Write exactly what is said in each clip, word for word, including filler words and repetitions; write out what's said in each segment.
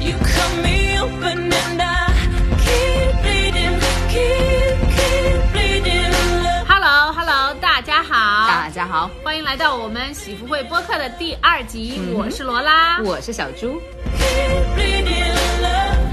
You cut me open and I keep bleeding, keep, keep bleeding. Hello Hello， 大家好， 大家好， 欢迎来到我们喜福会播客的第二集， 嗯、 我是罗拉， 我是小猪。 Keep bleeding, love.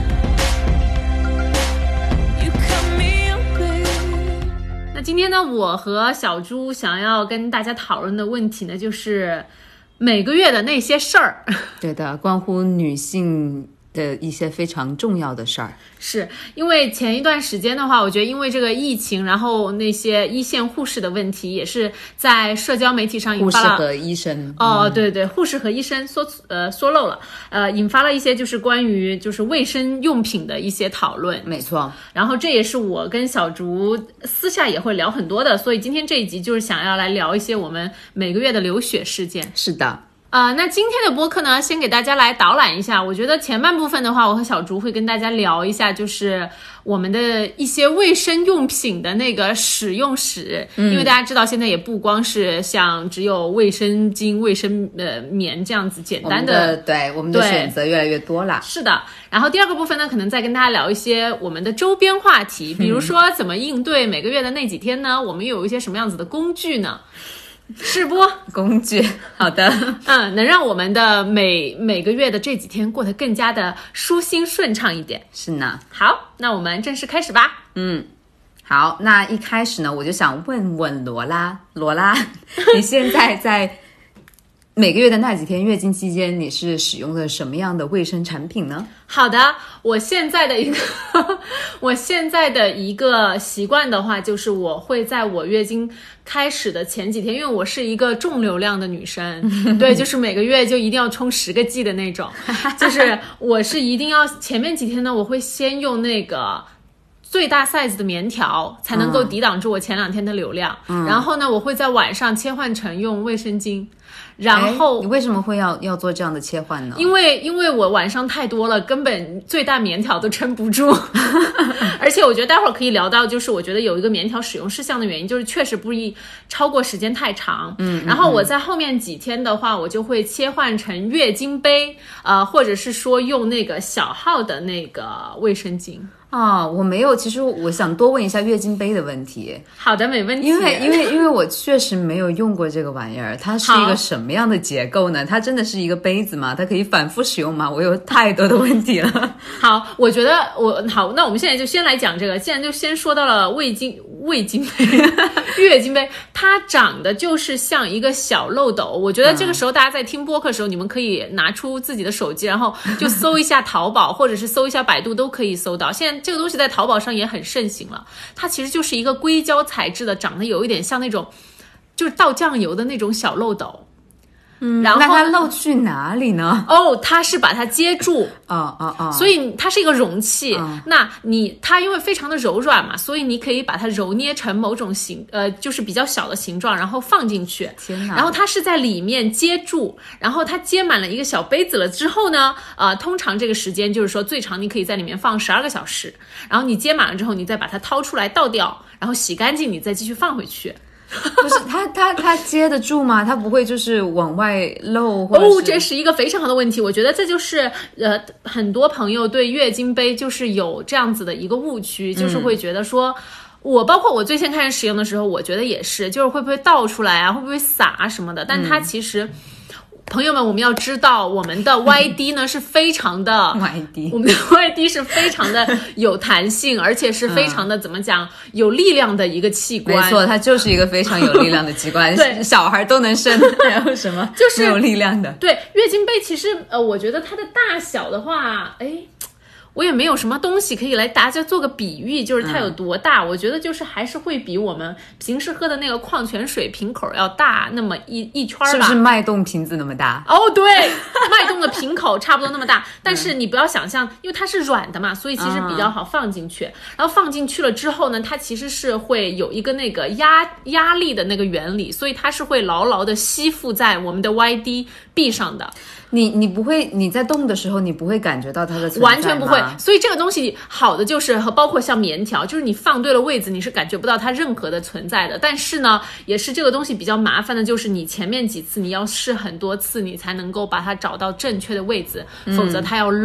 You cut me open. 那今天呢，我和小猪想要跟大家讨论的问题呢，就是每个月的那些事儿。 对的，关乎女性的一些非常重要的事儿。 是因为前一段时间的话，我觉得因为这个疫情，然后那些一线护士的问题也是在社交媒体上引发了， 护士和医生哦、 嗯、 对对，护士和医生说呃说漏了，呃引发了一些就是关于就是卫生用品的一些讨论。 没错， 然后这也是我跟小竹私下也会聊很多的，所以今天这一集就是想要来聊一些我们每个月的流血事件。 是的。 呃，那今天的播客呢，先给大家来导览一下。我觉得前半部分的话，我和小竹会跟大家聊一下，就是我们的一些卫生用品的那个使用史。嗯，因为大家知道，现在也不光是像只有卫生巾、卫生呃棉这样子简单的， 我们的对我们的选择越来越多了。 是的。然后第二个部分呢，可能再跟大家聊一些我们的周边话题，比如说怎么应对每个月的那几天呢？我们又有一些什么样子的工具呢？是不工具，好的， 嗯，能让我们的每每个月的这几天过得更加的舒心顺畅一点。 是呢。 好，那我们正式开始吧。 嗯，好，那一开始呢，我就想问问罗拉，罗拉，你现在在每个月的那几天月经期间，你是使用的什么样的卫生产品呢？ 好的，我现在的一个我现在的一个习惯的话，就是我会在我月经开始的前几天，因为我是一个重流量的女生，对，就是每个月就一定要冲十个 G 的那种，就是我是一定要前面几天呢，我会先用那个最大 size 的棉条才能够抵挡住我前两天的流量，嗯、然后呢，我会在晚上切换成用卫生巾。然后你为什么会要要做这样的切换呢？ 因为因为我晚上太多了，根本最大棉条都撑不住。而且我觉得待会儿可以聊到，就是我觉得有一个棉条使用事项的原因，就是确实不宜超过时间太长。嗯，然后我在后面几天的话，我就会切换成月经杯，呃，或者是说用那个小号的那个卫生巾。 啊、哦，我没有。其实我想多问一下月经杯的问题。 好的，没问题。 因为因为因为我确实没有用过这个玩意儿，它是一个什么样的结构呢？它真的是一个杯子吗？它可以反复使用吗？我有太多的问题了。 好，我觉得我好，那我们现在就先来讲这个。既然就先说到了卫经卫经杯、月经杯，它长得就是像一个小漏斗。我觉得这个时候大家在听播客的时候，嗯、你们可以拿出自己的手机，然后就搜一下淘宝，或者是搜一下百度，都可以搜到。现在这个东西在淘宝上也很盛行了，它其实就是一个硅胶材质的，长得有一点像那种就是倒酱油的那种小漏斗。 嗯， 然后那它漏去哪里呢？ 哦，它是把它接住， 哦哦哦， 所以它是一个容器。 哦、 那你它因为非常的柔软嘛，所以你可以把它揉捏成某种形，呃，就是比较小的形状，然后放进去。 天哪！ 然后它是在里面接住，然后它接满了一个小杯子了之后呢，呃，通常这个时间就是说最长你可以在里面放十二个小时，然后你接满了之后，你再把它掏出来倒掉，然后洗干净，你再继续放回去。 不是它它它接得住吗？它不会就是往外漏？或者是哦，这是一个非常好的问题。我觉得这就是呃很多朋友对月经杯就是有这样子的一个误区，就是会觉得说。嗯我包括我最先开始使用的时候，我觉得也是，就是会不会倒出来啊，会不会洒啊什么的。但它其实，嗯、朋友们，我们要知道，我们的 Y D 呢是非常的 Y D， 我们的 Y D 是非常的有弹性，而且是非常的、嗯、怎么讲有力量的一个器官。 没错，它就是一个非常有力量的器官，对，小孩都能生，然后什么就是没有力量的。 对，月经杯其实呃，我觉得它的大小的话，哎。我也没有什么东西可以来大家做个比喻，就是它有多大、嗯、我觉得就是还是会比我们平时喝的那个矿泉水瓶口要大那么一一圈吧。 是不是脉动瓶子那么大？ 哦，对，脉动的瓶口差不多那么大。但是你不要想象，因为它是软的嘛，所以其实比较好放进去、嗯、然后放进去了之后呢，它其实是会有一个那个压压力的那个原理，所以它是会牢牢的吸附在我们的 Y D 壁上的。 你你不会你在动的时候你不会感觉到它的存在吗？ 完全不会。所以这个东西好的就是和包括像棉条，就是你放对了位置，你是感觉不到它任何的存在的。但是呢，也是这个东西比较麻烦的，就是你前面几次你要试很多次，你才能够把它找到正确的位置，嗯、否则它要漏。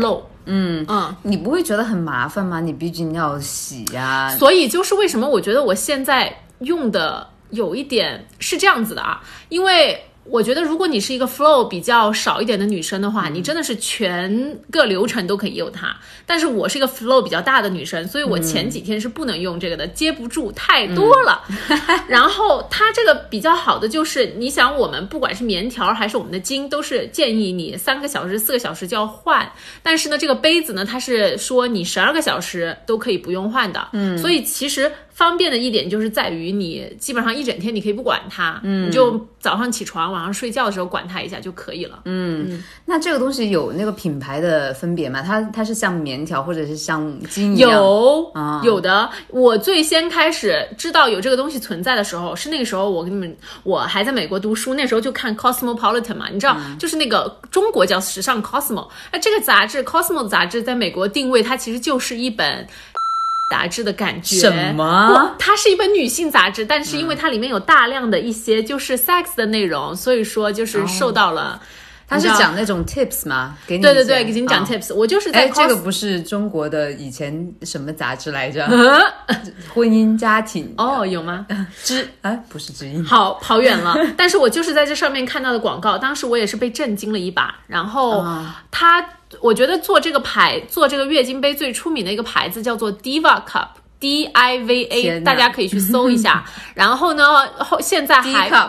嗯嗯， 你不会觉得很麻烦吗？你毕竟要洗呀、 所以就是为什么我觉得我现在用的有一点是这样子的啊，因为我觉得如果你是一个 flow 比较少一点的女生的话，你真的是全个流程都可以用它。但是我是一个 flow 比较大的女生，所以我前几天是不能用这个的，接不住太多了。然后它这个比较好的就是，你想我们不管是棉条还是我们的巾，都是建议你三个小时、四个小时就要换。但是呢，这个杯子呢，它是说你十二个小时都可以不用换的。嗯，所以其实方便的一点就是在于你基本上一整天你可以不管它，嗯，你就早上起床、晚上睡觉的时候管它一下就可以了。 嗯，嗯那这个东西有那个品牌的分别吗？它它是像棉条或者是像巾一样？ 有、 啊、 有的。我最先开始知道有这个东西存在的时候，是那个时候我跟你们，我还在美国读书，那时候就看 Cosmopolitan 嘛，你知道，嗯、就是那个中国叫时尚 Cosmo， 那这个杂志 Cosmo 杂志在美国定位它其实就是一本杂志的感觉。 什么？ 它是一本女性杂志，但是因为它里面有大量的一些就是 sex 的内容，所以说就是受到了。 哦他是讲那种 tips 吗？给你对对对，给你讲 tips、哦。我就是在 cos... 这个不是中国的以前什么杂志来着？婚姻家庭哦，有吗？ 知啊，不是知音。 好，跑远了。但是我就是在这上面看到的广告，当时我也是被震惊了一把。然后他、哦，我觉得做这个牌，做这个月经杯最出名的一个牌子叫做 Diva Cup。D I V A， 大家可以去搜一下。然后呢，后现在还 D Cup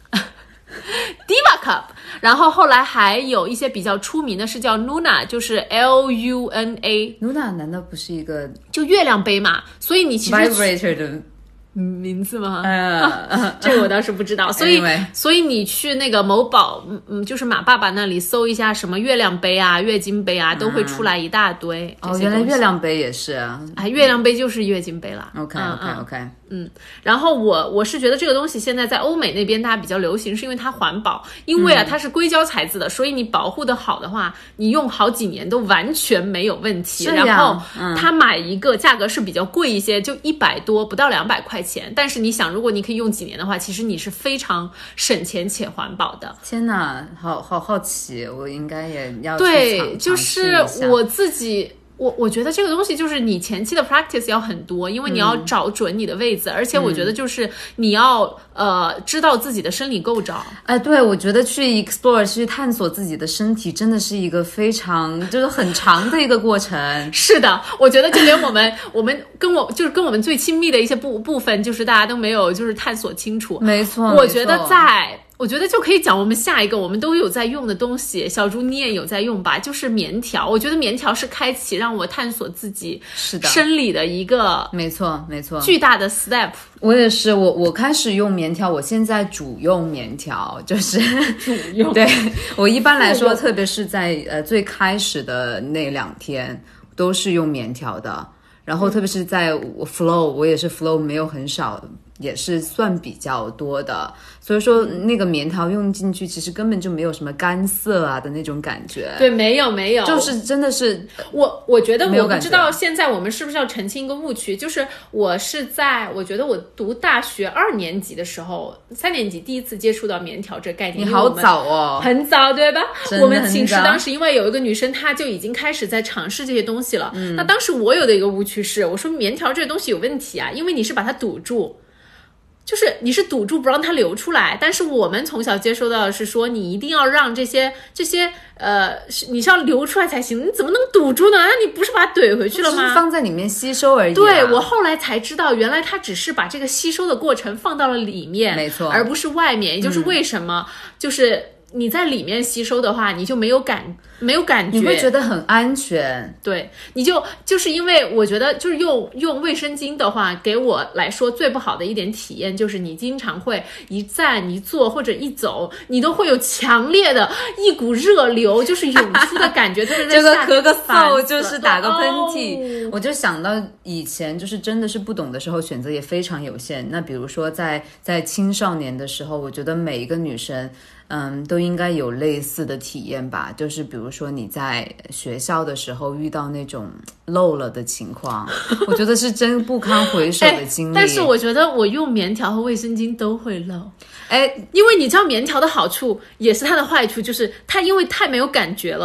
Diva Cup， 然后后来还有一些比较出名的是叫 Luna， 就是 L U N A。Luna 难道不是一个就月亮杯嘛？所以你其实 vibrator 的名字吗？ 呃， 这个我倒是不知道。所以， anyway. 所以你去那个某宝，嗯，就是马爸爸那里搜一下什么月亮杯啊、月经杯啊，都会出来一大堆。 哦，原来月亮杯也是啊！ 哎，月亮杯就是月经杯啦。 OK OK OK。 嗯，然后我我是觉得这个东西现在在欧美那边它比较流行，是因为它环保，因为啊、嗯、它是硅胶材质的，所以你保护的好的话，你用好几年都完全没有问题。然后、嗯、它买一个价格是比较贵一些，就一百多不到两百块钱，但是你想，如果你可以用几年的话，其实你是非常省钱且环保的。 天哪，好好好奇，我应该也要去对，就是我自己。我我觉得这个东西就是你前期的 practice 要很多，因为你要找准你的位置、嗯、而且我觉得就是你要、嗯、呃知道自己的生理构造。 哎，对，我觉得去 explore 去探索自己的身体真的是一个非常就是很长的一个过程。 是的，我觉得就连我们我们跟我就是跟我们最亲密的一些部部分，就是大家都没有就是探索清楚。 没错， 我觉得在。我觉得就可以讲我们下一个我们都有在用的东西，小猪你也有在用吧，就是棉条。我觉得棉条是开启让我探索自己生理的一个没错没错巨大的 step。 我也是，我我开始用棉条，我现在主用棉条，就是主用。 对，我一般来说，特别是在呃最开始的那两天都是用棉条的，然后特别是在我 flow， 我也是 flow 没有很少。也是算比较多的，所以说那个棉条用进去其实根本就没有什么干涩啊的那种感觉。 对，没有没有， 就是真的是我我觉得我不知道现在我们是不是要澄清一个误区，就是我是在我觉得我读大学二年级的时候，三年级第一次接触到棉条这概念。 你好早哦， 很早对吧？我们寝室当时因为有一个女生，她就已经开始在尝试这些东西了。嗯，那当时我有的一个误区是，我说棉条这个东西有问题啊，因为你是把它堵住。就是你是堵住不让它流出来，但是我们从小接收到的是说你一定要让这些这些呃，你是要流出来才行，你怎么能堵住呢？那你不是把它怼回去了吗？ 只是放在里面吸收而已、啊。 对，我后来才知道，原来它只是把这个吸收的过程放到了里面， 没错， 而不是外面。也就是为什么、嗯、就是你在里面吸收的话，你就没有感没有感觉， 你会觉得很安全。 对，你就就是因为我觉得就是用用卫生巾的话，给我来说最不好的一点体验就是你经常会一站一坐或者一走，你都会有强烈的一股热流就是涌出的感觉，特别是这个咳个嗽就是打个喷嚏、哦、我就想到以前就是真的是不懂的时候选择也非常有限。那比如说在在青少年的时候，我觉得每一个女生嗯，都应该有类似的体验吧，就是比如说你在学校的时候遇到那种漏了的情况，我觉得是真不堪回首的经历、哎、 但是我觉得我用棉条和卫生巾都会漏， 哎， 因为你知道棉条的好处也是它的坏处，就是它因为太没有感觉了，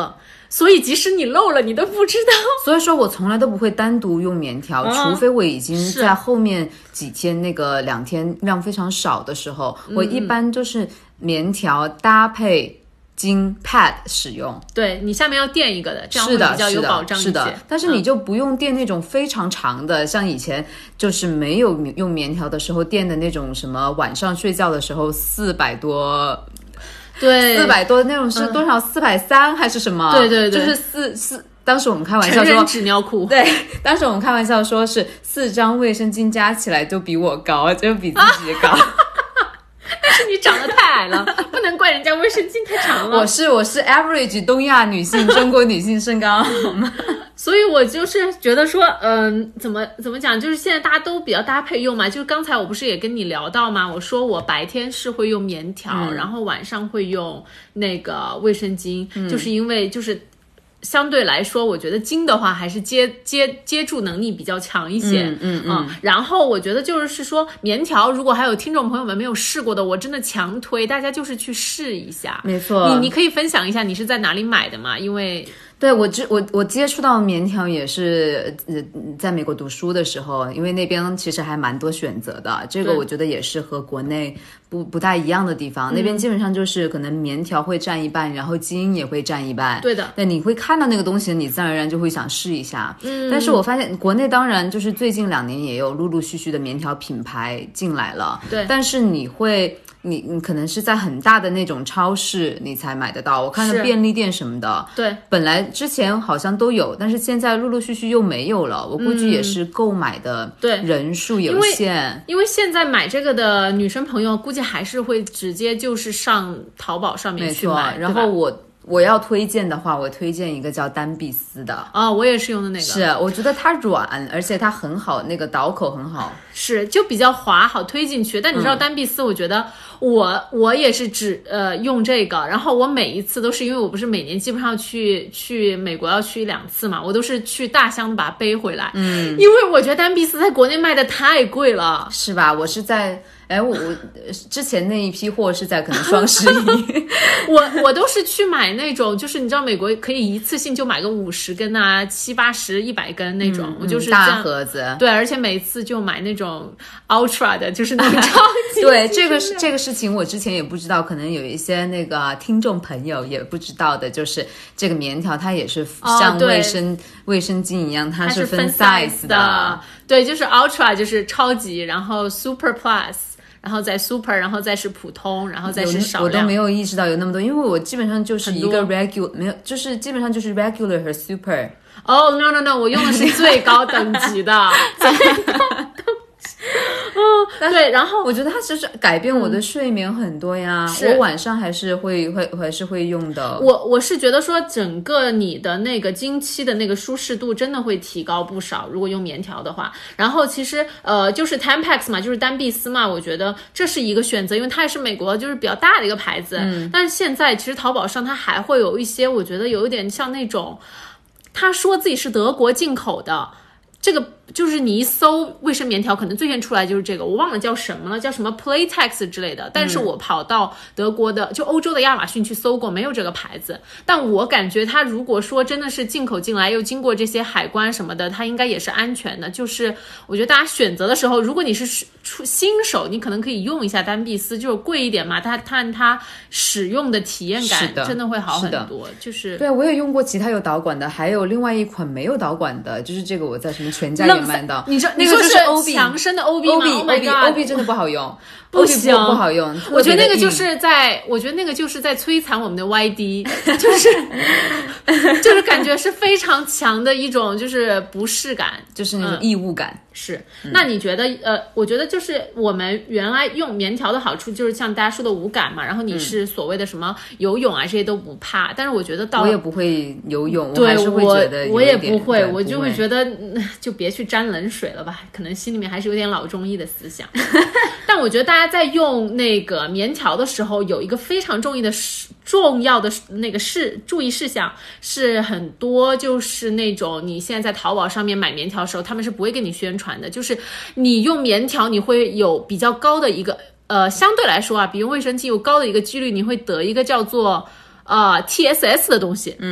所以即使你漏了，你都不知道。 所以说我从来都不会单独用棉条， 啊除非我已经是在后面几天那个两天量非常少的时候， 嗯我一般就是棉条搭配巾 pad 使用。 对，你下面要垫一个的，这样会是的， 比较有保障一些。 是的，是的，但是你就不用垫那种非常长的， 嗯、 像以前就是没有用棉条的时候垫的那种什么晚上睡觉的时候四百多。 对， 四百多那种是多少？四百三还是什么？ 对对对， 就是四四。当时我们开玩笑说， 成人纸尿裤。 对，当时我们开玩笑说是四张卫生巾加起来就比我高，就比自己高。啊但是你长得太矮了，不能怪人家卫生巾太长了。 我是我是 average 东亚女性，中国女性身高，好吗？ 所以我就是觉得说，嗯，怎么怎么讲，就是现在大家都比较搭配用嘛。就是刚才我不是也跟你聊到吗？我说我白天是会用棉条，嗯、然后晚上会用那个卫生巾，嗯、就是因为就是。相对来说，我觉得巾的话还是接接接住能力比较强一些， 嗯嗯嗯。 然后我觉得就是说棉条，如果还有听众朋友们没有试过的，我真的强推大家就是去试一下。 没错， 你你可以分享一下你是在哪里买的吗？因为对我知我我接触到棉条也是呃在美国读书的时候，因为那边其实还蛮多选择的，这个我觉得也是和国内不不大一样的地方。那边基本上就是可能棉条会占一半，然后巾也会占一半。 对的， 那你会看到那个东西，你自然而然就会想试一下。嗯，但是我发现国内当然就是最近两年也有陆陆续续的棉条品牌进来了。 对， 但是你会。你你可能是在很大的那种超市你才买得到，我看到便利店什么的， 对， 本来之前好像都有，但是现在陆陆续续又没有了。我估计也是购买的人数有限， 嗯、因, 为因为现在买这个的女生朋友估计还是会直接就是上淘宝上面去买。 然后我我要推荐的话，我推荐一个叫丹碧丝的啊、哦，我也是用的那个， 是我觉得它软，而且它很好，那个倒口很好， 是就比较滑，好推进去。但你知道丹碧丝，我觉得。我我也是只呃用这个，然后我每一次都是因为我不是每年基本上去去美国要去两次嘛，我都是去大箱的把它背回来，嗯，因为我觉得丹碧丝在国内卖的太贵了， 是吧？我是在哎我我之前那一批货是在可能双十一， 我我都是去买那种，就是你知道美国可以一次性就买个五十根啊，七八十、一百根那种， 嗯、 我就是大盒子， 对，而且每次就买那种 ultra 的，就是那种超级对，这个是这个事情我之前也不知道，可能有一些那个听众朋友也不知道的，就是这个棉条它也是像卫生、哦、卫生巾一样，它是分 size 的， 的对，就是 ultra 就是超级，然后 super plus。然后再 super， 然后再是普通，然后再是少量。 我都没有意识到有那么多，因为我基本上就是一个 regular， 没有，就是基本上就是 regular 和 super。 哦、oh, no no no， 我用的是最高等级的，最高等级。嗯，对，然后我觉得它其实改变我的睡眠很多呀，嗯、我晚上还是会会还是会用的。 我我是觉得说整个你的那个经期的那个舒适度真的会提高不少，如果用棉条的话。然后其实呃就是 Tampax 嘛，就是丹碧丝嘛，我觉得这是一个选择，因为它也是美国就是比较大的一个牌子。嗯，但是现在其实淘宝上它还会有一些，我觉得有一点像那种，他说自己是德国进口的。这个就是你一搜卫生棉条，可能最先出来就是这个，我忘了叫什么了，叫什么 Playtex 之类的。但是我跑到德国的，就欧洲的亚马逊去搜过，没有这个牌子。但我感觉它如果说真的是进口进来，又经过这些海关什么的，它应该也是安全的。就是我觉得大家选择的时候，如果你是出新手，你可能可以用一下丹碧丝，就是贵一点嘛，它看它使用的体验感真的会好很多。就是对，我也用过其他有导管的，还有另外一款没有导管的，就是这个我在什么全家也买到。 你说那个就是欧 B 强生的 O B 吗 ？O B O B 真的不好用， 不行， 不好用。 我觉得那个就是在，我觉得那个就是在摧残我们的 Y D， 就是就是感觉是非常强的一种就是不适感， 就是那种异物感。 嗯、是，那你觉得呃，我觉得就是我们原来用棉条的好处就是像大家说的无感嘛，然后你是所谓的什么游泳啊这些都不怕，但是我觉得到我也不会游泳， 对， 我还是会觉得有一点我也不会，我就会觉得就别去沾冷水了吧，可能心里面还是有点老中医的思想。但我觉得大家在用那个棉条的时候，有一个非常重要的重要的那个事注意事项，是很多就是那种你现在在淘宝上面买棉条的时候，他们是不会跟你宣传的，就是你用棉条你会有比较高的一个呃相对来说啊，比用卫生巾有高的一个几率你会得一个叫做呃 T S S 的东西。 嗯，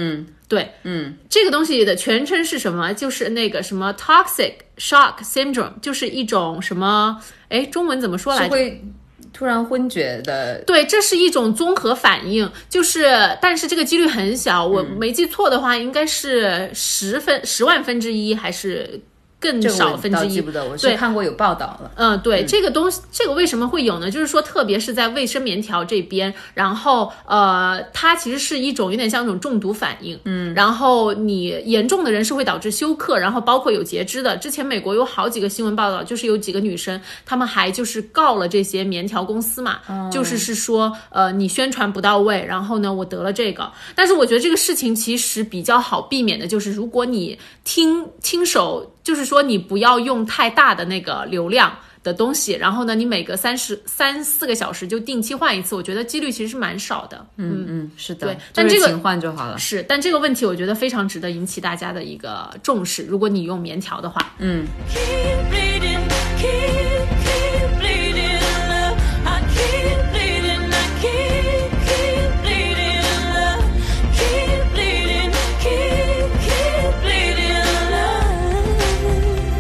对， 嗯， 这个东西的全称是什么？就是那个什么 toxic shock syndrome， 就是一种什么？哎，中文怎么说来着？ 是会突然昏厥的。 对，这是一种综合反应，就是但是这个几率很小，我没记错的话，应该是十分十万分之一还是更少分之一。 记不得，我是看过有报道了。 嗯，对，嗯、这个东西，这个为什么会有呢？就是说，特别是在卫生棉条这边，然后呃，它其实是一种有点像一种中毒反应，嗯，然后你严重的人是会导致休克，然后包括有截肢的。之前美国有好几个新闻报道，就是有几个女生，她们还就是告了这些棉条公司嘛，嗯、就是是说呃你宣传不到位，然后呢我得了这个。但是我觉得这个事情其实比较好避免的，就是如果你听亲手。就是说，你不要用太大的那个流量的东西，然后呢，你每隔三十三四个小时就定期换一次，我觉得几率其实是蛮少的。 嗯嗯，是的， 对，但这个勤换就好了。 是，但这个问题我觉得非常值得引起大家的一个重视。如果你用棉条的话， 嗯。 Keep bleeding, keep, keep bleeding, love. I keep bleeding, I keep, keep bleeding, love. Keep bleeding, keep, keep bleeding, love.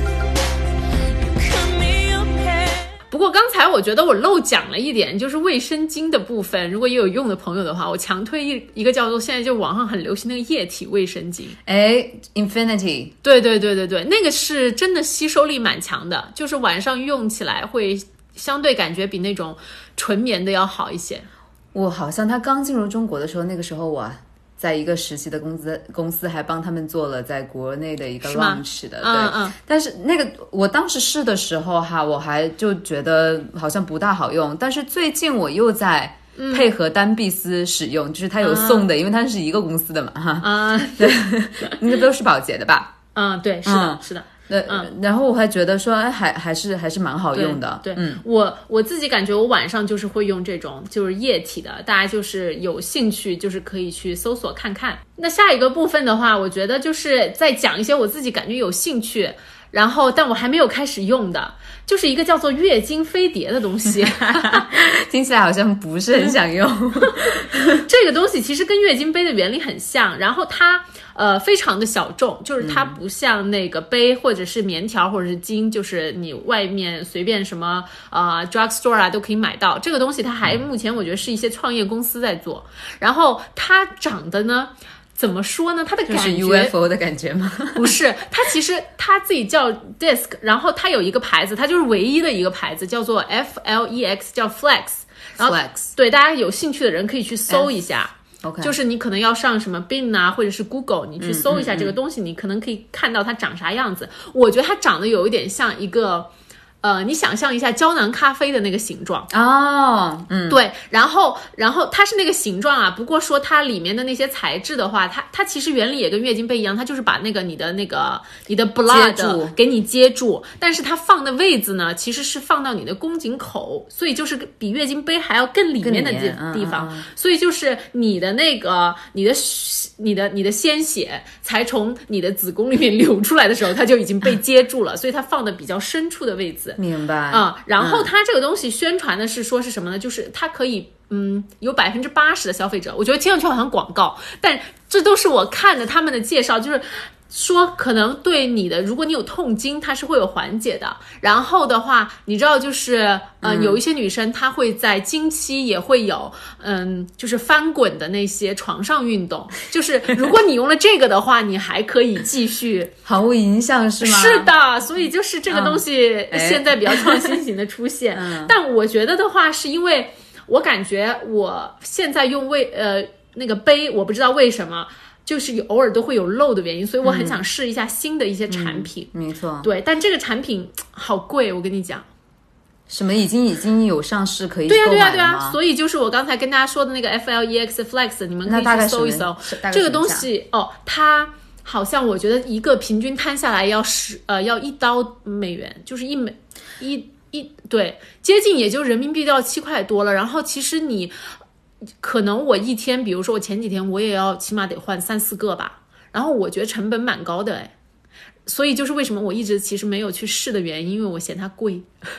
You cut me open. 不过刚才我觉得我漏讲了一点，就是卫生巾的部分。如果也有用的朋友的话，我强推一一个叫做现在就网上很流行那个液体卫生巾。 哎 ，Infinity， 对对对对对，那个是真的吸收力蛮强的，就是晚上用起来会相对感觉比那种纯棉的要好一些。 我好像他刚进入中国的时候，那个时候我在一个实习的公司，公司还帮他们做了在国内的一个 launch 的，对， 嗯嗯。 但是那个我当时试的时候哈，我还就觉得好像不大好用，但是最近我又在配合丹碧丝使用，嗯、就是它有送的，嗯、因为它是一个公司的嘛，哈， 啊， 对，那个都是宝洁的吧？ 嗯，对，是的， 嗯、 是的。 对，嗯，然后我还觉得说，哎，还还是还是蛮好用的。 对， 对嗯， 我我自己感觉我晚上就是会用这种就是液体的，大家就是有兴趣就是可以去搜索看看。那下一个部分的话，我觉得就是在讲一些我自己感觉有兴趣，然后但我还没有开始用的，就是一个叫做月经飞碟的东西。 听起来好像不是很想用。 这个东西其实跟月经杯的原理很像，然后它呃非常的小众，就是它不像那个杯或者是棉条或者是巾，就是你外面随便什么呃 drugstore 啊都可以买到。这个东西它还目前我觉得是一些创业公司在做，然后它长得呢怎么说呢？它的感觉就是 U F O 的感觉吗？ 不是，它其实它自己叫 Disc， 然后它有一个牌子，它就是唯一的一个牌子，叫做 F L E X， 叫 Flex。然后 Flex， 对大家有兴趣的人可以去搜一下。 OK， 就是你可能要上什么 Bing 啊，或者是 Google， 你去搜一下这个东西，嗯嗯嗯，你可能可以看到它长啥样子。我觉得它长得有一点像一个。呃，你想象一下胶囊咖啡的那个形状哦，嗯， 对，然后，然后它是那个形状啊。不过说它里面的那些材质的话，它它其实原理也跟月经杯一样，它就是把那个你的那个你的 blood 给你接住，但是它放的位置呢，其实是放到你的宫颈口，所以就是比月经杯还要更里面的地方，嗯嗯嗯，所以就是你的那个你的你的你的鲜血才从你的子宫里面流出来的时候，它就已经被接住了，所以它放的比较深处的位置。 明白啊、嗯，然后它这个东西宣传的是说是什么呢？就是它可以，嗯，有百分之八十的消费者，我觉得听上去好像广告，但这都是我看的他们的介绍，就是说可能对你的，如果你有痛经，它是会有缓解的。然后的话，你知道就是，呃， 嗯、 有一些女生她会在经期也会有，嗯，就是翻滚的那些床上运动，就是如果你用了这个的话，你还可以继续毫无影响是吗？ 是的，所以就是这个东西嗯、 现在比较创新型的出现， 嗯、 但我觉得的话，是因为我感觉我现在用卫呃那个杯，我不知道为什么。就是偶尔都会有漏的原因，所以我很想试一下新的一些产品。 嗯嗯、没错， 对，但这个产品好贵，我跟你讲。 什么已经已经有上市可以对呀、啊、对呀、 啊、 对呀、啊，所以就是我刚才跟大家说的那个 F L E X Flex， 你们可以去搜一搜。这个东西哦，它好像我觉得一个平均摊下来要十呃要一刀美元，就是一美一一对，接近也就人民币都要七块多了。然后其实你。可能我一天，比如说我前几天我也要起码得换三四个吧，然后我觉得成本蛮高的哎，所以就是为什么我一直其实没有去试的原因，因为我嫌它贵。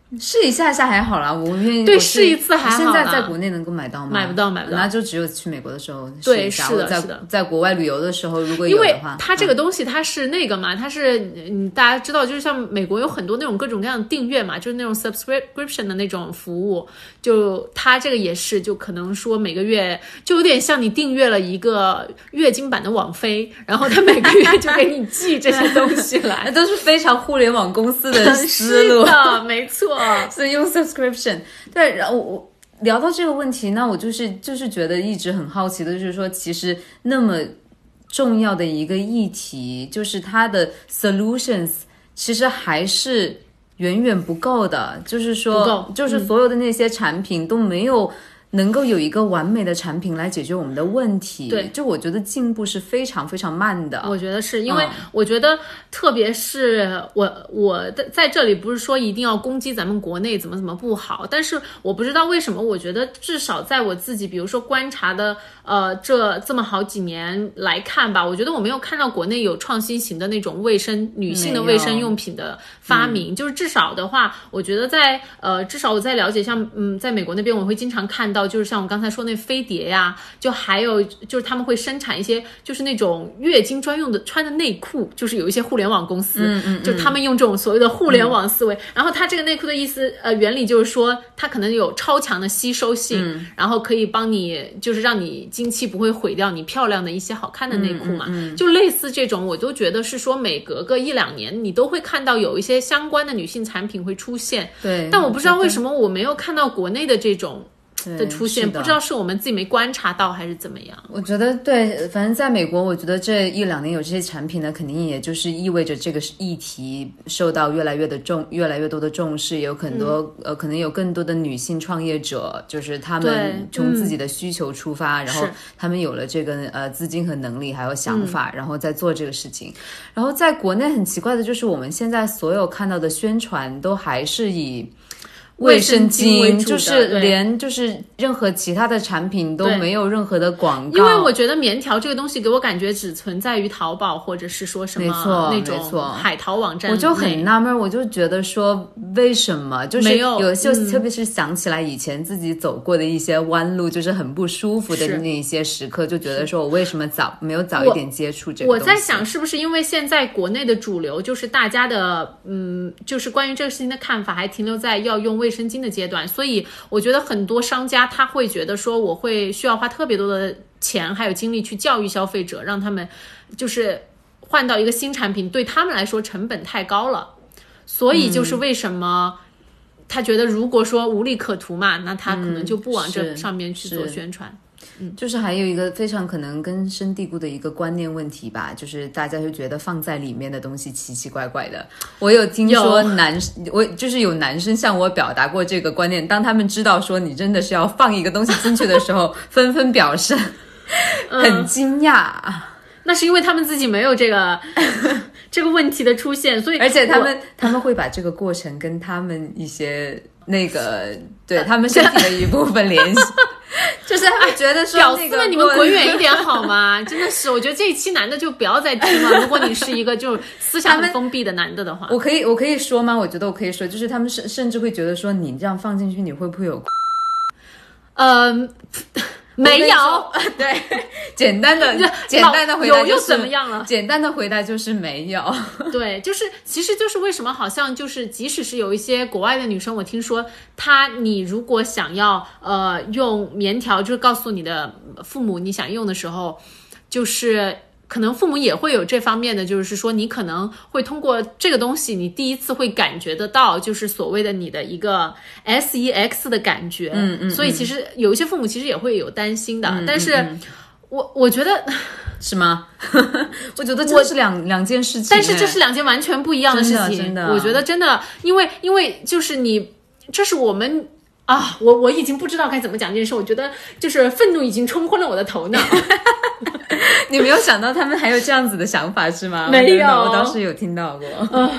试一下下还好啦，我愿意对我试一次还好啦现在在国内能够买到吗？ 买不到买不到那就只有去美国的时候试对一下。我在是的是的在国外旅游的时候，如果因为有的话， 它这个嗯东西它是那个嘛，它是嗯大家知道，就是像美国有很多那种各种各样的订阅嘛，就是那种 subscription 的那种服务，就它这个也是，就可能说每个月就有点像你订阅了一个月经版的网飞，然后它每个月就给你寄这些东西来那。都是非常互联网公司的思路。 是的，没错。 所以用 subscription。对，然后我我聊到这个问题，那我就是就是觉得一直很好奇的，就是说，其实那么重要的一个议题，就是它的 solutions 其实还是远远不够的，就是不说够， 就是所有的那些产品都没有。能够有一个完美的产品来解决我们的问题， 对， 就我觉得进步是非常非常慢的。 我觉得是因为嗯我觉得，特别是我我在在这里不是说一定要攻击咱们国内怎么怎么不好，但是我不知道为什么，我觉得至少在我自己比如说观察的呃这这么好几年来看吧，我觉得我没有看到国内有创新型的那种卫生女性的卫生用品的发明，就是至少的话，我觉得在呃至少我在了解像嗯在美国那边我会经常看到。就是像我刚才说那飞碟呀，就还有就是他们会生产一些就是那种月经专用的穿的内裤，就是有一些互联网公司， 嗯嗯嗯就他们用这种所谓的互联网思维，嗯、然后它这个内裤的意思呃原理就是说它可能有超强的吸收性，嗯、然后可以帮你就是让你经期不会毁掉你漂亮的一些好看的内裤嘛， 嗯嗯嗯、 就类似这种，我都觉得是说每隔个一两年你都会看到有一些相关的女性产品会出现， 对， 但我不知道为什么我没有看到国内的这种。的出现，不知道是我们自己没观察到还是怎么样。 我觉得对，反正在美国，我觉得这一两年有这些产品呢，肯定也就是意味着这个议题受到越来越的重，越来越多的重视，也有很多、嗯、呃，可能有更多的女性创业者，就是他们从自己的需求出发， 嗯、 然后他们有了这个呃资金和能力，还有想法，嗯、然后再做这个事情。然后在国内很奇怪的就是，我们现在所有看到的宣传都还是以。卫生巾就是连就是任何其他的产品都没有任何的广告， 因为我觉得棉条这个东西给我感觉只存在于淘宝或者是说什么那种海淘网站， 我就很纳闷，我就觉得说为什么就是有有就、嗯、特别是想起来以前自己走过的一些弯路，就是很不舒服的那一些时刻，就觉得说我为什么早没有早一点接触这个东西。 我在想是不是因为现在国内的主流就是大家的嗯，就是关于这个事情的看法还停留在要用卫生巾的阶段，所以我觉得很多商家他会觉得说我会需要花特别多的钱还有精力去教育消费者，让他们就是换到一个新产品，对他们来说成本太高了，所以就是为什么他觉得如果说无利可图嘛，那他可能就不往这上面去做宣传。 嗯，就是还有一个非常可能根深蒂固的一个观念问题吧，就是大家就觉得放在里面的东西奇奇怪怪的。我有听说男，我就是有男生向我表达过这个观念，当他们知道说你真的是要放一个东西进去的时候，纷纷表示很惊讶。嗯， 那是因为他们自己没有这个这个问题的出现，所以而且他们他们会把这个过程跟他们一些那个对他们身体的一部分联系。就是他们觉得说、那个， 屌丝们，你们滚远一点好吗？真的是，我觉得这一期男的就不要再听了。如果你是一个就思想很封闭的男的的话， 我可以我可以说吗？我觉得我可以说，就是他们甚甚至会觉得说，你这样放进去，你会不会有？ 嗯。没有， 对，简单的简单的回答、就是、 有又怎么样了？ 简单的回答就是没有。 对，就是其实就是为什么好像就是即使是有一些国外的女生，我听说她你如果想要呃用棉条，就是告诉你的父母你想用的时候，就是可能父母也会有这方面的，就是说你可能会通过这个东西，你第一次会感觉得到，就是所谓的你的一个 S E X 的感觉。 嗯 嗯, 嗯。 所以其实有一些父母其实也会有担心的， 嗯、 但是嗯嗯我我觉得是吗？我觉得这是两两件事情， 但是这是两件完全不一样的事情。 真的真的， 我觉得真的，因为因为就是你，这是我们。啊，我我已经不知道该怎么讲这件事，我觉得就是愤怒已经冲昏了我的头脑。 你没有想到他们还有这样子的想法是吗？ 没有， 我当时有听到过。 呃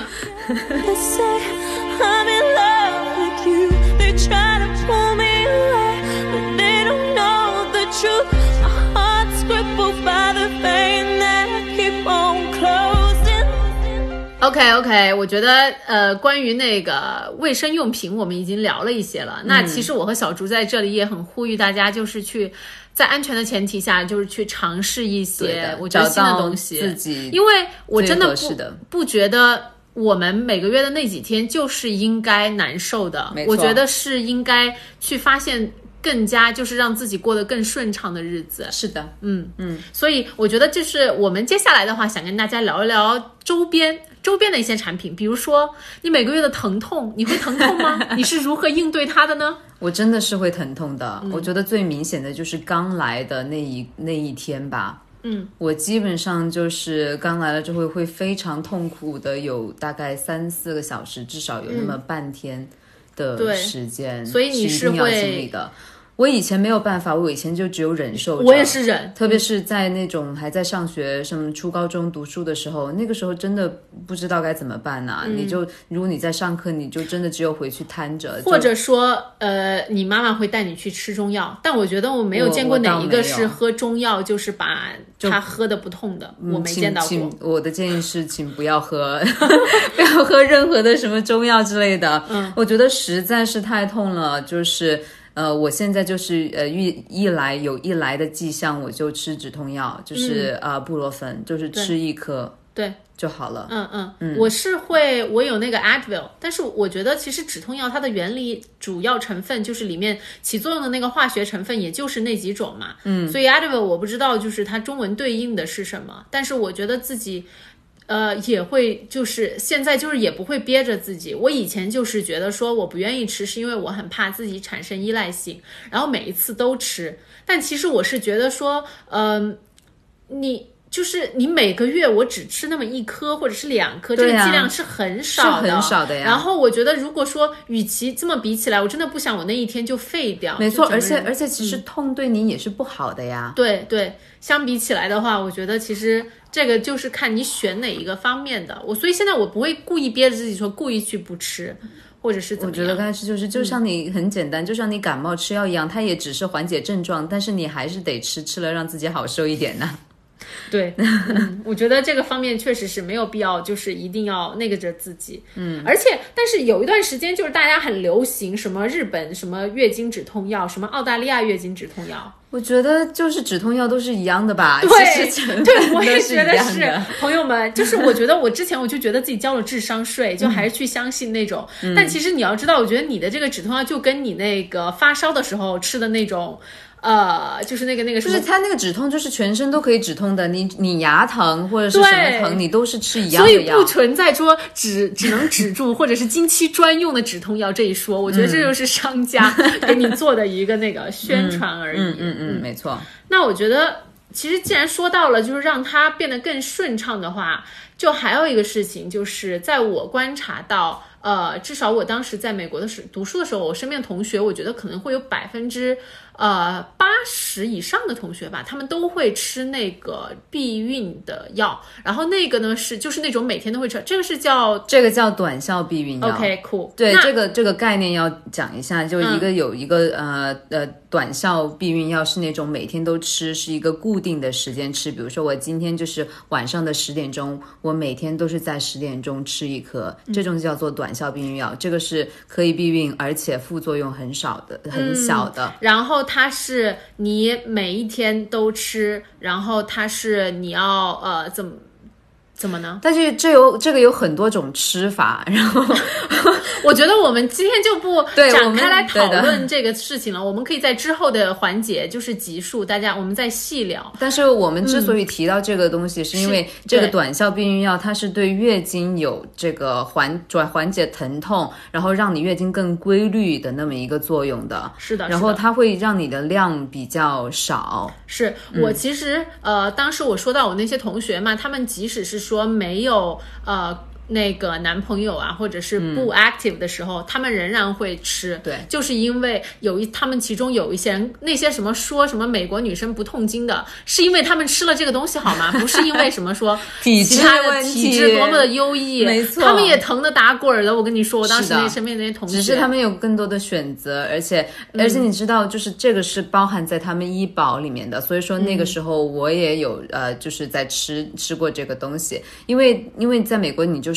OK OK， 我觉得呃，关于那个卫生用品，我们已经聊了一些了。嗯、那其实我和小竹在这里也很呼吁大家，就是去在安全的前提下，就是去尝试一些我觉得新的东西， 自己因为我真的不的不觉得我们每个月的那几天就是应该难受的，我觉得是应该去发现。更加就是让自己过得更顺畅的日子。 是的， 嗯嗯，所以我觉得就是我们接下来的话，想跟大家聊一聊周边周边的一些产品，比如说你每个月的疼痛，你会疼痛吗？你是如何应对它的呢？ 我真的是会疼痛的，嗯、我觉得最明显的就是刚来的那一那一天吧。 嗯， 我基本上就是刚来了之后会非常痛苦的，有大概三四个小时，至少有那么半天的时间， 嗯、所以你是会一定要经历的。我以前没有办法，我以前就只有忍受着。 我也是忍， 特别是在那种还在上学、什么初高中读书的时候，那个时候真的不知道该怎么办啊！嗯、你就如果你在上课，你就真的只有回去瘫着， 或者说，呃，你妈妈会带你去吃中药。但我觉得我没有见过哪一个是喝中药就是把它喝的不痛的，我没见到过。 我的建议是，请不要喝，不要喝任何的什么中药之类的。嗯，我觉得实在是太痛了，就是。呃，我现在就是呃一一来有一来的迹象，我就吃止痛药，就是、嗯、呃布洛芬，就是吃一颗， 对就好了。 嗯嗯嗯，我是会，我有那个 Advil， 但是我觉得其实止痛药它的原理主要成分就是里面起作用的那个化学成分，也就是那几种嘛。嗯，所以 Advil 我不知道就是它中文对应的是什么，但是我觉得自己。呃，也会就是现在就是也不会憋着自己。我以前就是觉得说我不愿意吃，是因为我很怕自己产生依赖性，然后每一次都吃。但其实我是觉得说，嗯、呃，你就是你每个月我只吃那么一颗或者是两颗，这个剂量是很少的， 是很少的呀。 然后我觉得如果说与其这么比起来，我真的不想我那一天就废掉。 没错，而且而且其实痛对你也是不好的呀。 嗯、对对，相比起来的话，我觉得其实。这个就是看你选哪一个方面的，我所以现在我不会故意憋着自己说故意去不吃，或者是怎么样。 我觉得刚才是就是就像你很简单，嗯、就像你感冒吃药一样，它也只是缓解症状，但是你还是得吃，吃了让自己好受一点呢。 对、嗯，我觉得这个方面确实是没有必要，就是一定要那个着自己。嗯，而且但是有一段时间就是大家很流行什么日本什么月经止痛药，什么澳大利亚月经止痛药。 我觉得就是止痛药都是一样的吧， 对， 其实对，我也觉得是。朋友们，就是我觉得我之前我就觉得自己交了智商税，就还是去相信那种。嗯、但其实你要知道，我觉得你的这个止痛药就跟你那个发烧的时候吃的那种。呃，就是那个那个什么， 就是它那个止痛，就是全身都可以止痛的。你你牙疼或者是什么疼，你都是吃一样的药， 所以不存在说只只能止住或者是经期专用的止痛药这一说。我觉得这就是商家给你做的一个那个宣传而已。 嗯嗯 嗯, 嗯，没错。 那我觉得，其实既然说到了，就是让它变得更顺畅的话，就还有一个事情，就是在我观察到。呃，至少我当时在美国的时读书的时候，我身边的同学，我觉得可能会有百分之呃八十以上的同学吧，他们都会吃那个避孕的药。然后那个呢是就是那种每天都会吃，这个是叫这个叫短效避孕药。 OK， cool。 对，这个这个概念要讲一下，就一个有一个、嗯、呃呃短效避孕药是那种每天都吃，是一个固定的时间吃。比如说我今天就是晚上的十点钟，我每天都是在十点钟吃一颗，这种叫做短。短效避孕药，这个是可以避孕，而且副作用很少的，很小的。 嗯、然后它是你每一天都吃，然后它是你要呃怎么怎么呢？ 但是这有这个有很多种吃法，然后我觉得我们今天就不展开来讨论这个事情了，我们可以在之后的环节就是集数，大家我们再细聊。 但是我们之所以提到这个东西，嗯、是因为这个短效避孕药它是对月经有这个缓转缓解疼痛，然后让你月经更规律的那么一个作用的。 是的， 然后它会让你的量比较少。 是我其实、嗯、呃，当时我说到我那些同学嘛，他们即使是说没有呃。那个男朋友啊，或者是不 active 的时候，嗯、他们仍然会吃。 对， 就是因为有一他们其中有一些人，那些什么说什么美国女生不痛经的，是因为他们吃了这个东西好吗？不是因为什么说体质其他的体质多么的优异， 没错， 他们也疼得打滚的。我跟你说，我当时那身边那些同学， 只是他们有更多的选择，而且、嗯、而且你知道，就是这个是包含在他们医保里面的，所以说那个时候我也有、嗯、呃，就是在吃吃过这个东西，因为因为在美国你就是。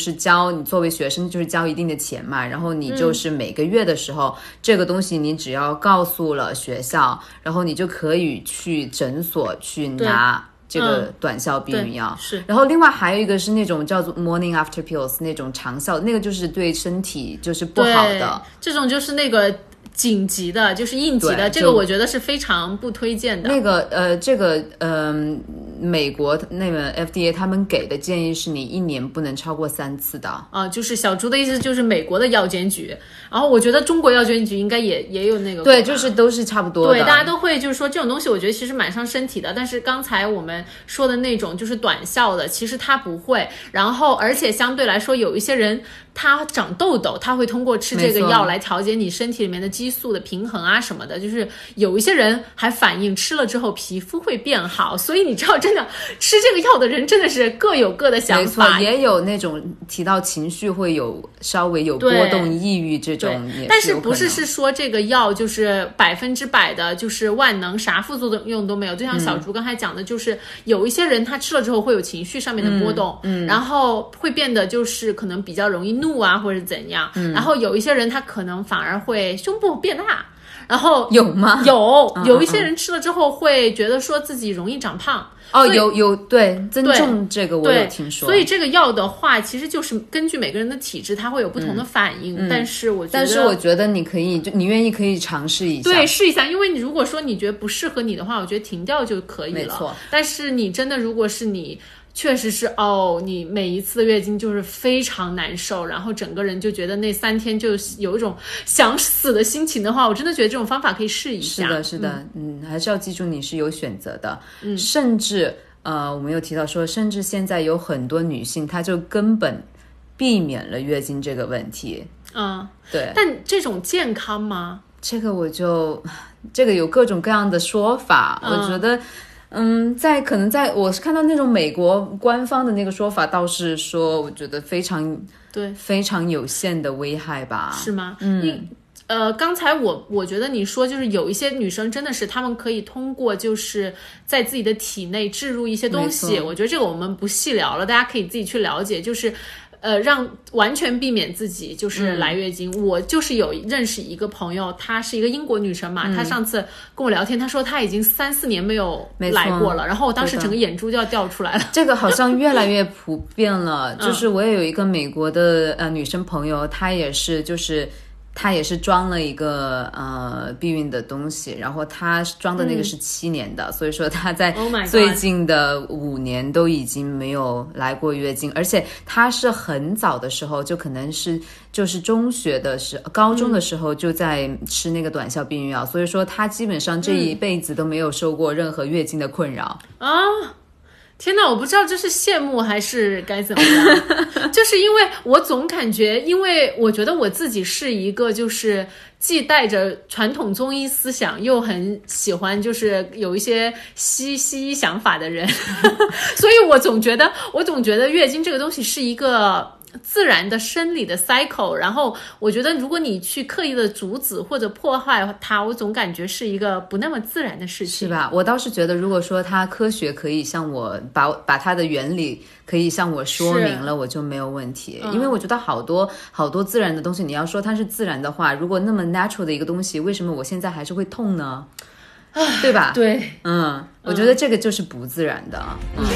就是交你作为学生就是交一定的钱嘛，然后你就是每个月的时候、嗯、这个东西你只要告诉了学校，然后你就可以去诊所去拿这个短效避孕药、 嗯、是。 然后另外还有一个是那种叫做 morning after pills 那种长效，那个就是对身体就是不好的， 这种就是那个紧急的，就是应急的，这个我觉得是非常不推荐的。 那个呃，这个嗯、呃，美国那个 F D A 他们给的建议是你一年不能超过三次的。啊、 呃，就是小猪的意思就是美国的药监局，然后我觉得中国药监局应该也也有那个。 对，就是都是差不多的。 对，大家都会就是说这种东西，我觉得其实蛮伤身体的。但是刚才我们说的那种就是短效的，其实它不会。然后而且相对来说，有一些人他长痘痘，他会通过吃这个药来调节你身体里面的激素的平衡啊什么的，就是有一些人还反映吃了之后皮肤会变好，所以你知道真的吃这个药的人真的是各有各的想法。 没错，也有那种提到情绪会有稍微有波动抑郁这种也是， 但是不是是说这个药就是百分之百的就是万能，啥副作用都没有。就像小竹刚才讲的，就是有一些人他吃了之后会有情绪上面的波动，嗯，嗯然后会变得就是可能比较容易怒啊或者怎样、嗯、然后有一些人他可能反而会胸部变大，然后有吗？ 有、嗯、有一些人吃了之后会觉得说自己容易长胖。 哦，有有对增重这个我有听说。 所以这个药的话其实就是根据每个人的体质它会有不同的反应、嗯、但是我觉得但是我觉得你可以就你愿意可以尝试一下。 对，试一下，因为你如果说你觉得不适合你的话，我觉得停掉就可以了。 没错， 但是你真的如果是你确实是哦，你每一次的月经就是非常难受，然后整个人就觉得那三天就有一种想死的心情的话，我真的觉得这种方法可以试一下。 是的，是的，嗯，嗯还是要记住你是有选择的，嗯，甚至呃，我们有提到说，甚至现在有很多女性，她就根本避免了月经这个问题。 嗯， 对。 但这种健康吗？ 这个我就这个有各种各样的说法，嗯、我觉得。嗯，在可能在我是看到那种美国官方的那个说法，倒是说我觉得非常对非常有限的危害吧？ 是吗？ 嗯， 呃，刚才我我觉得你说就是有一些女生真的是她们可以通过就是在自己的体内置入一些东西，我觉得这个我们不细聊了，大家可以自己去了解，就是。呃，让完全避免自己就是来月经、嗯、我就是有认识一个朋友，她是一个英国女生嘛、嗯、她上次跟我聊天，她说她已经三四年没有来过了，然后我当时整个眼珠就要掉出来了。 这个好像越来越普遍了就是我也有一个美国的呃女生朋友，她也是就是他也是装了一个呃避孕的东西，然后他装的那个是七年的、嗯、所以说他在最近的五年都已经没有来过月经、oh、而且他是很早的时候就可能是就是中学的时候高中的时候就在吃那个短效避孕药、嗯、所以说他基本上这一辈子都没有受过任何月经的困扰啊、嗯天哪，我不知道这是羡慕还是该怎么样就是因为我总感觉，因为我觉得我自己是一个就是既带着传统中医思想又很喜欢就是有一些西西医想法的人所以我总觉得我总觉得月经这个东西是一个自然的生理的 cycle， 然后我觉得如果你去刻意的阻止或者破坏它，我总感觉是一个不那么自然的事情， 是吧？我倒是觉得如果说它科学可以向我把把它的原理可以向我说明了，我就没有问题、嗯、因为我觉得好多好多自然的东西，你要说它是自然的话，如果那么 natural 的一个东西，为什么我现在还是会痛呢？对吧？ 对， 嗯，我觉得这个就是不自然的。嗯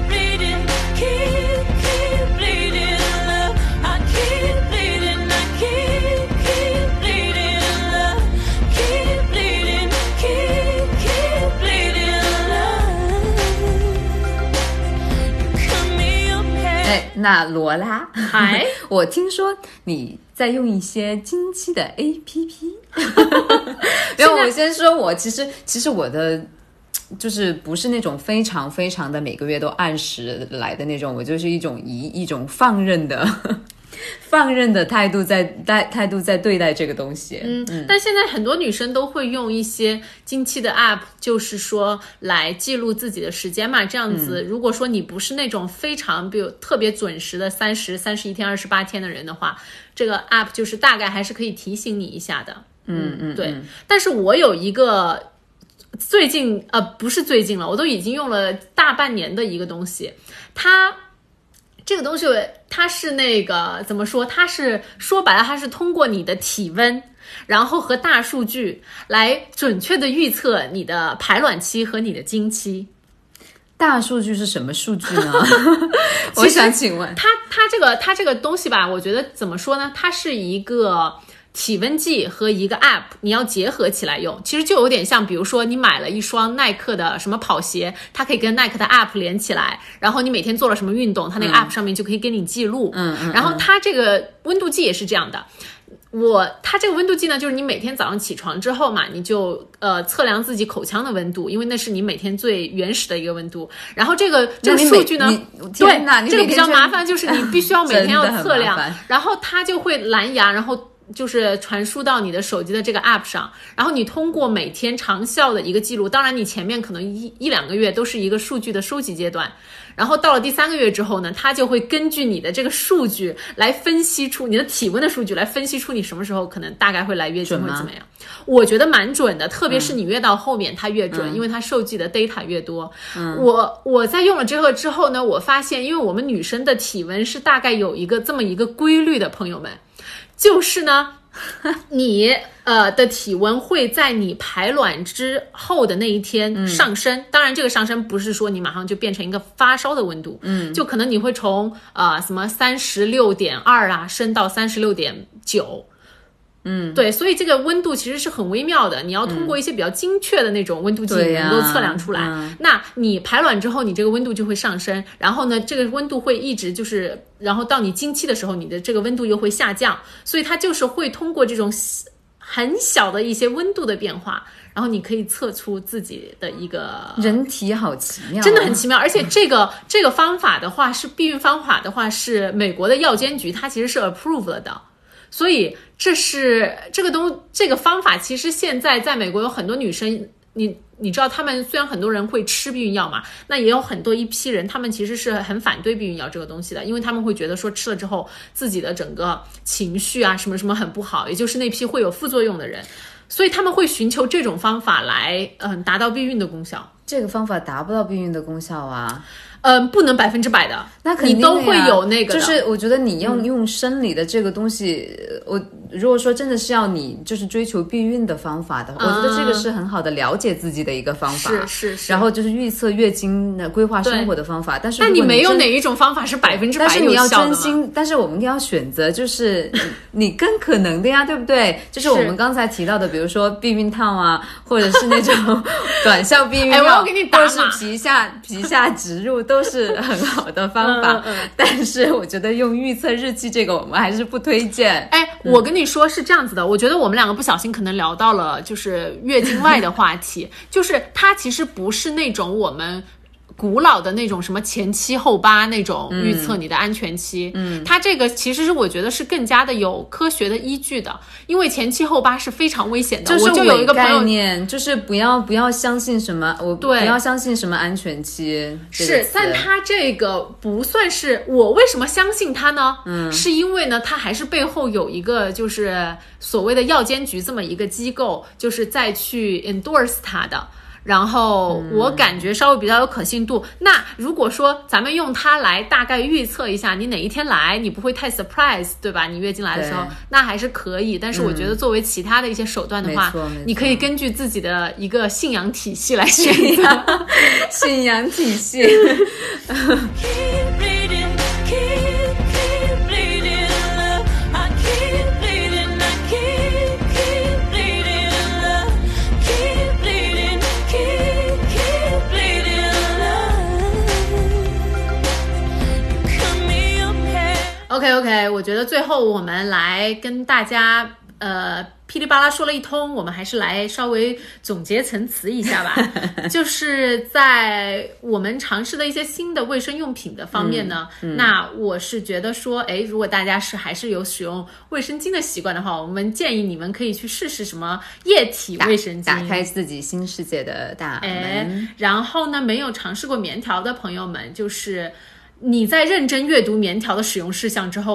哎，那罗拉， 嗨， 我听说你在用一些经期的 A P P 因为我先说我其实其实我的就是不是那种非常非常的每个月都按时来的那种，我就是一种以一种放任的放任的态度在态态度在对待这个东西。 嗯，嗯但现在很多女生都会用一些经期的 app， 就是说来记录自己的时间嘛，这样子、嗯、如果说你不是那种非常比如特别准时的三十三十一天二十八天的人的话，这个 app 就是大概还是可以提醒你一下的。 嗯嗯， 对嗯。但是我有一个最近呃不是最近了，我都已经用了大半年的一个东西，它这个东西它是那个怎么说？它是说白了，它是通过你的体温，然后和大数据来准确的预测你的排卵期和你的经期。 大数据是什么数据呢？我想请问， 它它这个它这个东西吧，我觉得怎么说呢？它是一个体温计和一个 app， 你要结合起来用，其实就有点像，比如说你买了一双耐克的什么跑鞋，它可以跟耐克的 app 连起来，然后你每天做了什么运动，它那个 app 上面就可以给你记录。 嗯嗯， 然后它这个温度计也是这样的。我它这个温度计呢，就是你每天早上起床之后嘛，你就呃测量自己口腔的温度，因为那是你每天最原始的一个温度。然后这个这个数据呢， 天哪， 对，这个比较麻烦，就是你必须要每天要测量，然后它就会蓝牙，然后就是传输到你的手机的这个 app 上，然后你通过每天长效的一个记录，当然你前面可能一一两个月都是一个数据的收集阶段，然后到了第三个月之后呢，它就会根据你的这个数据来分析出你的体温的数据，来分析出你什么时候可能大概会来月经或者怎么样。我觉得蛮准的，特别是你越到后面、嗯、它越准，因为它收集的 data 越多。嗯，我我在用了这个之后呢，我发现因为我们女生的体温是大概有一个这么一个规律的，朋友们，就是呢你呃的体温会在你排卵之后的那一天上升、嗯、当然这个上升不是说你马上就变成一个发烧的温度，嗯，就可能你会从呃什么三十六点二啊升到三十六点九。嗯，对，所以这个温度其实是很微妙的，你要通过一些比较精确的那种温度计能够测量出来、嗯嗯、那你排卵之后你这个温度就会上升，然后呢这个温度会一直就是然后到你经期的时候你的这个温度又会下降，所以它就是会通过这种很小的一些温度的变化，然后你可以测出自己的一个人体好奇妙， 真的很奇妙。而且这个这个方法的话是避孕方法的话是美国的药监局它其实是 approve 了的，所以这是这个东这个方法其实现在在美国有很多女生，你你知道他们虽然很多人会吃避孕药嘛，那也有很多一批人他们其实是很反对避孕药这个东西的，因为他们会觉得说吃了之后自己的整个情绪啊什么什么很不好，也就是那批会有副作用的人，所以他们会寻求这种方法来嗯达到避孕的功效。 这个方法达不到避孕的功效啊。 嗯，不能百分之百的， 那肯定你都会有那个的。 就是我觉得你用、嗯、用生理的这个东西，我如果说真的是要你就是追求避孕的方法的话、嗯，我觉得这个是很好的了解自己的一个方法， 是是是。 然后就是预测月经的规划生活的方法，但是但你没有哪一种方法是百分之百有效的， 但是你要真心，但是我们要选择就是你更可能的呀，对不对？就是我们刚才提到的，比如说避孕套啊，或者是那种短效避孕药，哎， 我要给你打码， 或者是皮下皮下植入，都是很好的方法。嗯嗯、但是我觉得用预测日期这个，我们还是不推荐。 哎，我跟你说是这样子的，我觉得我们两个不小心可能聊到了就是月经外的话题，就是它其实不是那种我们古老的那种什么前七后八那种预测你的安全期，嗯，它这个其实是我觉得是更加的有科学的依据的，因为前七后八是非常危险的。 就是我就有一个朋友， 概念就是不要不要相信什么，我对， 不要相信什么安全期。 是，但它这个不算是我为什么相信它呢？嗯，是因为呢，它还是背后有一个就是所谓的药监局这么一个机构，就是再去 endorse 它的。然后我感觉稍微比较有可信度、嗯、那如果说咱们用它来大概预测一下你哪一天来你不会太 surprise 对吧，你月经来的时候那还是可以，但是我觉得作为其他的一些手段的话、嗯、你可以根据自己的一个信仰体系来选择信仰体系 OK OK， 我觉得最后我们来跟大家呃噼里啪啦说了一通，我们还是来稍微总结陈词一下吧。就是在我们尝试的一些新的卫生用品的方面呢、嗯嗯、那我是觉得说哎，如果大家是还是有使用卫生巾的习惯的话，我们建议你们可以去试试什么液体卫生巾， 打开自己新世界的大门、哎、 然后呢没有尝试过棉条的朋友们，就是你在认真阅读棉条的使用事项之后，我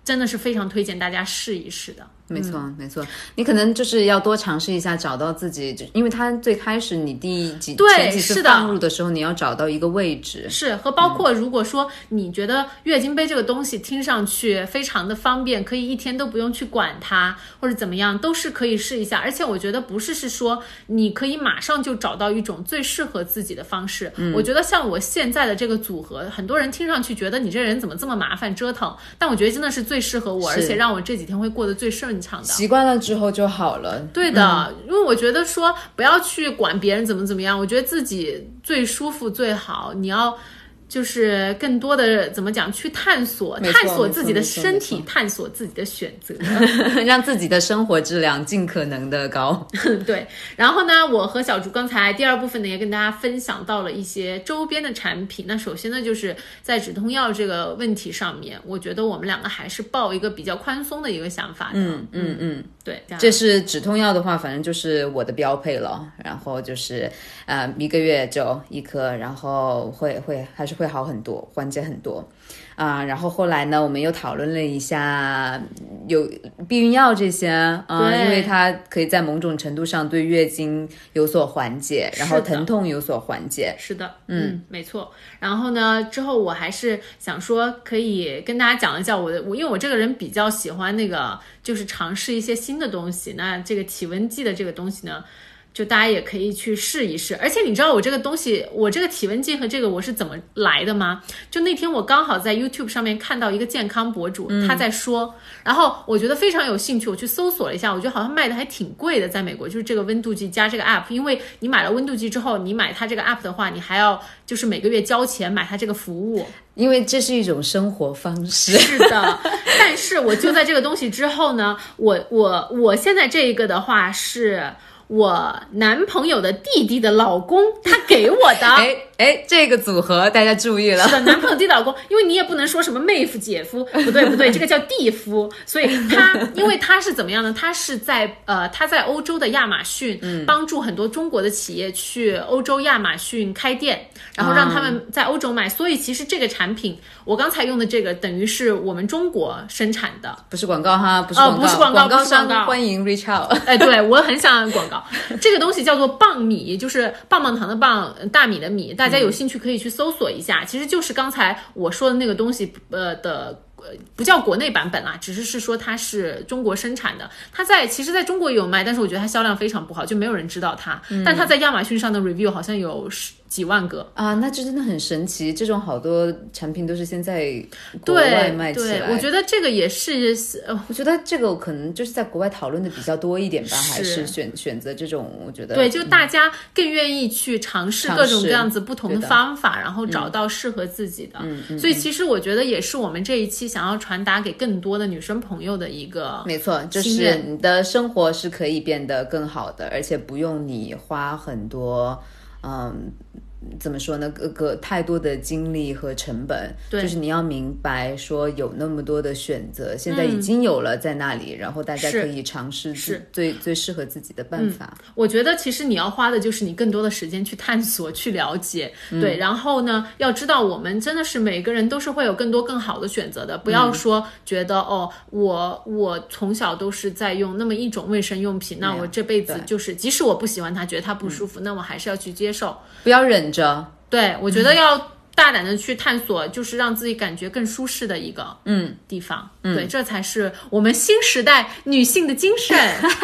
真的是非常推荐大家试一试的。 没错、嗯、没错，你可能就是要多尝试一下，找到自己，因为它最开始你第几前几次放入的时候，你要找到一个位置。 是，和包括如果说你觉得月经杯这个东西听上去非常的方便，可以一天都不用去管它或者怎么样，都是可以试一下。而且我觉得不是是说你可以马上就找到一种最适合自己的方式、嗯、我觉得像我现在的这个组合，很多人听上去觉得你这人怎么这么麻烦折腾，但我觉得真的是最适合我，而且让我这几天会过得最顺畅的。 习惯了之后就好了。 对的、嗯、因为我觉得说不要去管别人怎么怎么样，我觉得自己最舒服最好。你要就是更多的怎么讲，去探索探索自己的身体，探索自己的选择让自己的生活质量尽可能的高对，然后呢，我和小竹刚才第二部分呢也跟大家分享到了一些周边的产品。那首先呢，就是在止痛药这个问题上面，我觉得我们两个还是抱一个比较宽松的一个想法的。 嗯嗯嗯， 对， 这是止痛药的话，反正就是我的标配了。然后就是呃一个月就一颗，然后会会还是会好很多，缓解很多啊、呃。然后后来呢，我们又讨论了一下有避孕药这些啊、呃，因为它可以在某种程度上对月经有所缓解，然后疼痛有所缓解。 是的，嗯, 嗯，没错。然后呢，之后我还是想说，可以跟大家讲一下我的，我因为我这个人比较喜欢那个，就是尝试一些新的东西。那这个体温计的这个东西呢，就大家也可以去试一试。而且你知道我这个东西，我这个体温计和这个我是怎么来的吗？就那天我刚好在 YouTube 上面看到一个健康博主、嗯、他在说，然后我觉得非常有兴趣，我去搜索了一下，我觉得好像卖的还挺贵的，在美国就是这个温度计加这个 app。因为你买了温度计之后，你买它这个 app 的话，你还要就是每个月交钱买它这个服务， 因为这是一种生活方式。 是的，但是我就在这个东西之后呢，我我我现在这个的话是我男朋友的弟弟的老公他给我的。 哎哎，这个组合大家注意了。 是的，男朋友弟弟老公，因为你也不能说什么妹夫姐夫，不对不对，这个叫弟夫。所以他因为他是怎么样呢？他是在呃他在欧洲的亚马逊、嗯、帮助很多中国的企业去欧洲亚马逊开店，然后让他们在欧洲买、嗯、所以其实这个产品我刚才用的这个等于是我们中国生产的。 不是广告哈，不是广告、哦、 不是广告， 广告商不是广告， 欢迎 reach out。 哎，对，我很想广告这个东西叫做棒米，就是棒棒糖的棒，大米的米，大家有兴趣可以去搜索一下、嗯、其实就是刚才我说的那个东西呃的不叫国内版本啦，只是是说它是中国生产的。它在其实在中国也有卖，但是我觉得它销量非常不好，就没有人知道它、嗯、但它在亚马逊上的 review 好像有几万个啊，那这真的很神奇。这种好多产品都是现在国外卖起来。 对对，我觉得这个也是、呃、 我觉得这个可能就是在国外讨论的比较多一点吧，还是选选择这种，我觉得对，就大家更愿意去尝试各种各样子不同的方法，然后找到适合自己的、嗯嗯、所以其实我觉得也是我们这一期想要传达给更多的女生朋友的一个， 没错，就是你的生活是可以变得更好的，而且不用你花很多嗯怎么说呢，个个太多的精力和成本。对，就是你要明白说有那么多的选择，现在已经有了在那里、嗯、然后大家可以尝试最最适合自己的办法、 嗯、我觉得其实你要花的就是你更多的时间去探索去了解、嗯、对，然后呢要知道我们真的是每个人都是会有更多更好的选择的，不要说觉得、嗯、哦我我从小都是在用那么一种卫生用品，那我这辈子就是即使我不喜欢它觉得它不舒服、嗯、那我还是要去接受， 不要忍着。 对，我觉得要大胆的去探索、嗯、就是让自己感觉更舒适的一个嗯地方、嗯、对，这才是我们新时代女性的精神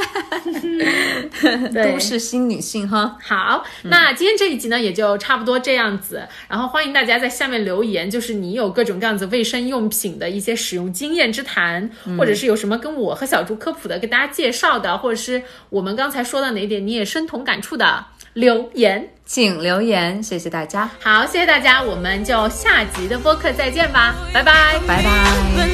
都是新女性哈。 好、嗯、那今天这一集呢也就差不多这样子，然后欢迎大家在下面留言，就是你有各种各样子卫生用品的一些使用经验之谈、嗯、或者是有什么跟我和小猪科普的跟大家介绍的，或者是我们刚才说到哪一点你也深同感触的留言请留言，谢谢大家。 好，谢谢大家，我们就下集的播客再见吧，拜拜， 拜拜。